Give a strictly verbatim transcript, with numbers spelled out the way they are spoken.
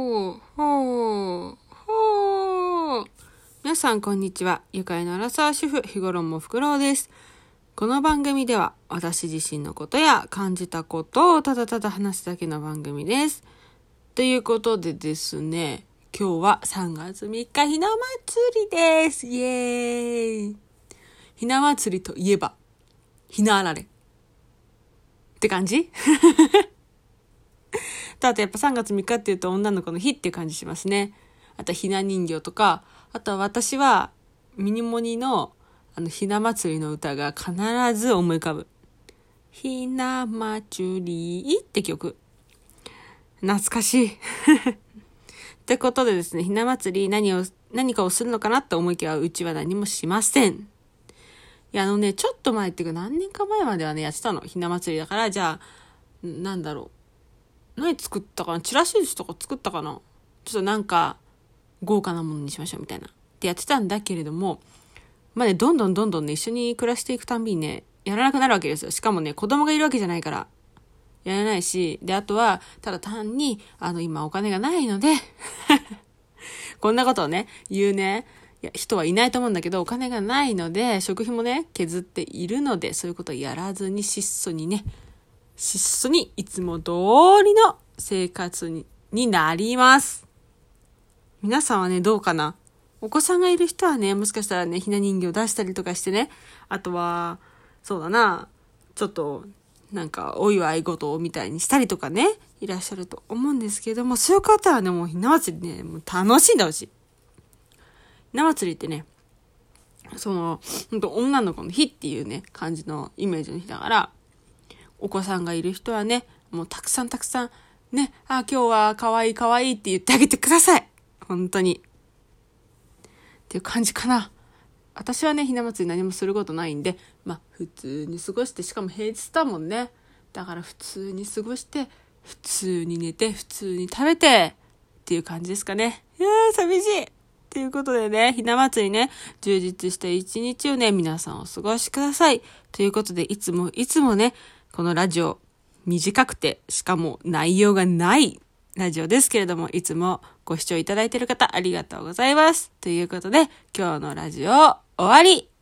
ほー、ほー、ほー。皆さんこんにちは。愉快なアラサー主婦、日頃もふくろうです。この番組では私自身のことや感じたことをただただ話すだけの番組です。ということでですね、今日はさんがつみっかひな祭りです。イエーイ。ひな祭りといえば、ひなあられ。って感じとあとやっぱさんがつみっかっていうと女の子の日っていう感じしますね。あとひな人形とか、あとは私はミニモニのあのひな祭りの歌が必ず思い浮かぶ。ひな祭りって曲。懐かしい。ってことでですね、ひな祭り何を、何かをするのかなって思いきやうちは何もしません。いやあのね、ちょっと前っていうか何年か前まではね、やってたの。ひな祭りだから、じゃあ、なんだろう。何作ったかな、チラシ寿司とか作ったかな、ちょっとなんか豪華なものにしましょうみたいなってやってたんだけれども、まあね、どんどんどんどんね、一緒に暮らしていくたんびにね、やらなくなるわけですよ。しかもね、子供がいるわけじゃないからやらないし、であとはただ単にあの今お金がないのでこんなことをね言うねいや人はいないと思うんだけど、お金がないので食費もね削っているので、そういうことをやらずに質素にね質素にいつも通りの生活に、になります。皆さんはね、どうかな？お子さんがいる人はね、もしかしたらね、ひな人形出したりとかしてね、あとは、そうだな、ちょっと、なんか、お祝い事みたいにしたりとかね、いらっしゃると思うんですけども、そういう方はね、もうひな祭りね、もう楽しんでほしい。ひな祭りってね、その、ほんと女の子の日っていうね、感じのイメージの日だから、お子さんがいる人はね、もうたくさんたくさんね、あ、今日は可愛い可愛いって言ってあげてください。本当に。っていう感じかな。私はね、ひな祭り何もすることないんで、まあ普通に過ごして、しかも平日だもんね。だから普通に過ごして、普通に寝て、普通に食べてっていう感じですかね。いやー寂しい。ということでね、ひな祭りね、充実した一日をね、皆さんお過ごしください。ということで、いつもいつもね、このラジオ、短くて、しかも内容がないラジオですけれども、いつもご視聴いただいている方、ありがとうございます。ということで、今日のラジオ、終わり